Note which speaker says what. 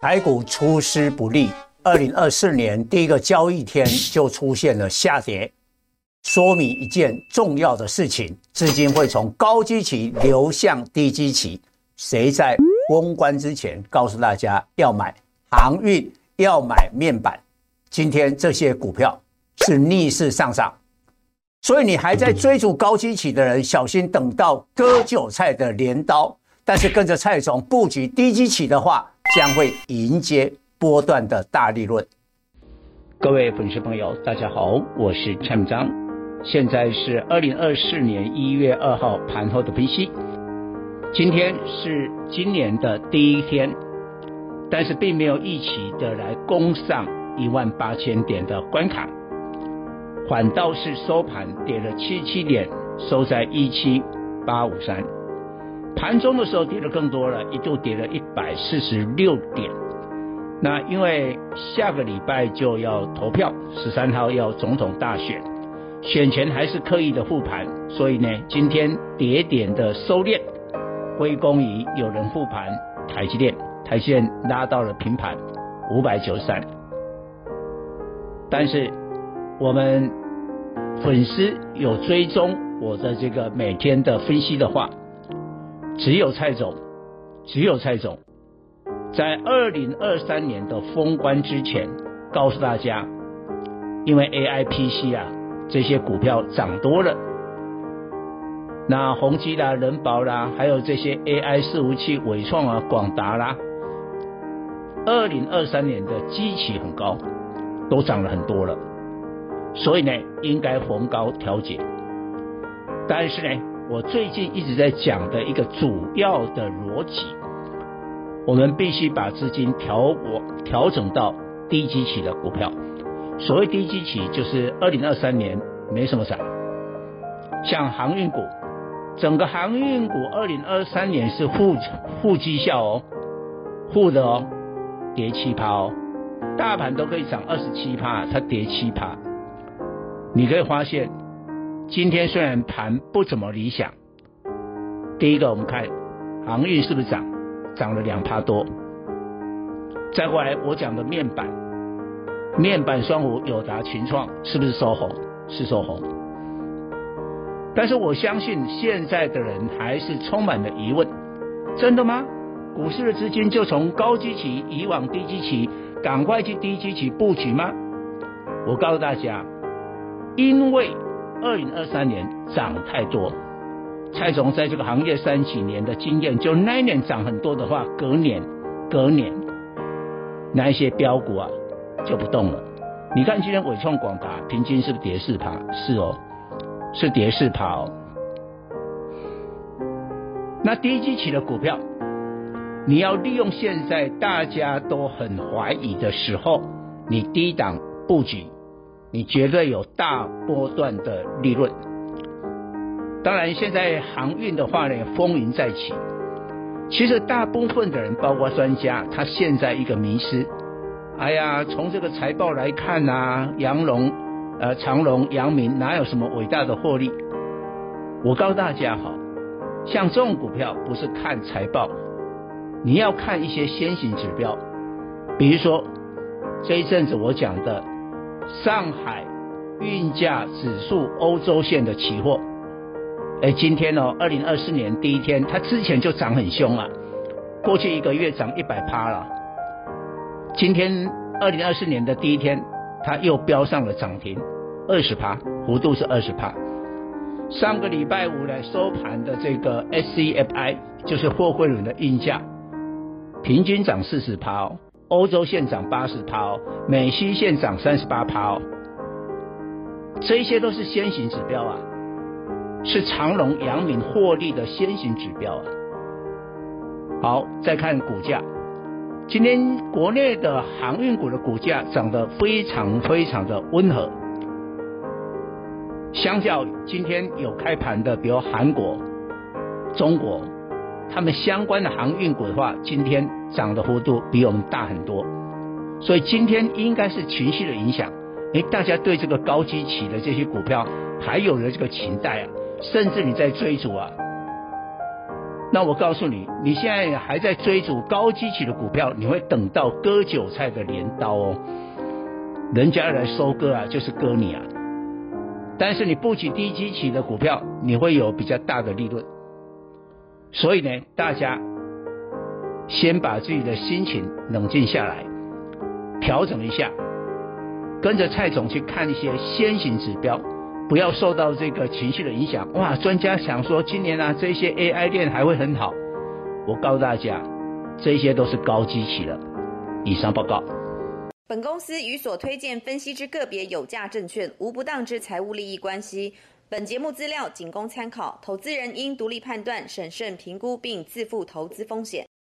Speaker 1: 台股出师不利，2024年第一个交易天就出现了下跌，说明一件重要的事情：资金会从高基期流向低基期。谁在封关之前告诉大家要买航运、要买面板？今天这些股票是逆势上涨，所以你还在追逐高基期的人，小心等到割韭菜的镰刀。但是跟着蔡总布局低基期的话，将会迎接波段的大利润。
Speaker 2: 各位粉丝朋友，大家好，我是蔡明彰，现在是2024年1月2号盘后的分析。今天是今年的第一天，但是并没有预期的来攻上18000点的关卡，反倒是收盘跌了77点，收在17853。盘中的时候跌得更多了，一度跌了146点。那因为下个礼拜就要投票，13号要总统大选，选前还是刻意的护盘，所以呢，今天跌点的收敛，归功于有人护盘台积电，台积电拉到了平盘593。但是我们粉丝有追踪我的这个每天的分析的话，只有蔡总在2023年的封关之前告诉大家，因为 AIPC 这些股票涨多了，那宏基啦、人保啦，还有这些 AI 伺服器、伟创广达啦，2023年的基期很高，都涨了很多了，所以呢，应该逢高调节。但是呢，我最近一直在讲的一个主要的逻辑，我们必须把资金调整到低基期的股票。所谓低基期，就是2023年没什么涨，像航运股，整个航运股2023年是负绩效负的跌7%大盘都可以涨27%，它跌7%。你可以发现，今天虽然盘不怎么理想，第一个我们看航运是不是涨了2%多。再过来我讲的面板双虎、友达、群创是不是收红？是收红。但是我相信现在的人还是充满了疑问，真的吗？股市的资金就从高基期移往低基期，赶快去低基期布局吗？我告诉大家，因为2023年涨太多，蔡总在这个行业30几年的经验，就那一年涨很多的话，隔年那一些标股就不动了。你看今天伟创、广达平均是不是跌4%？是跌4%。那低基期的股票，你要利用现在大家都很怀疑的时候，你低档布局，你绝对有大波段的利润。当然现在航运的话呢，风云再起，其实大部分的人包括专家，他现在一个迷思，从这个财报来看长荣、阳明哪有什么伟大的获利？我告诉大家像这种股票不是看财报，你要看一些先行指标，比如说这一阵子我讲的上海运价指数欧洲线的期货，今天2024年第一天，它之前就涨很凶过去1个月涨100%了。今天2024年的第一天，它又飙上了涨停20%，幅度是20%。上个礼拜五呢，收盘的这个 SCFI 就是货柜轮的运价，平均涨40%欧洲线涨80%美西线涨38%这些都是先行指标是长荣、阳明获利的先行指标好，再看股价，今天国内的航运股的股价涨得非常的温和，相较今天有开盘的，比如韩国、中国，他们相关的航运股的话，今天涨的幅度比我们大很多，所以今天应该是情绪的影响，大家对这个高基期的这些股票还有了这个情待甚至你在追逐那我告诉你，你现在还在追逐高基期的股票，你会等到割韭菜的镰刀哦。人家来收割啊，就是割你啊。但是你布局低基期的股票，你会有比较大的利润。所以呢，大家先把自己的心情冷静下来，调整一下，跟着蔡总去看一些先行指标，不要受到这个情绪的影响。哇，专家想说今年啊，这些 AI 链还会很好。我告诉大家，这些都是高基期了。以上报告。
Speaker 3: 本公司与所推荐分析之个别有价证券无不当之财务利益关系。本节目资料仅供参考，投资人应独立判断、审慎评估并自负投资风险。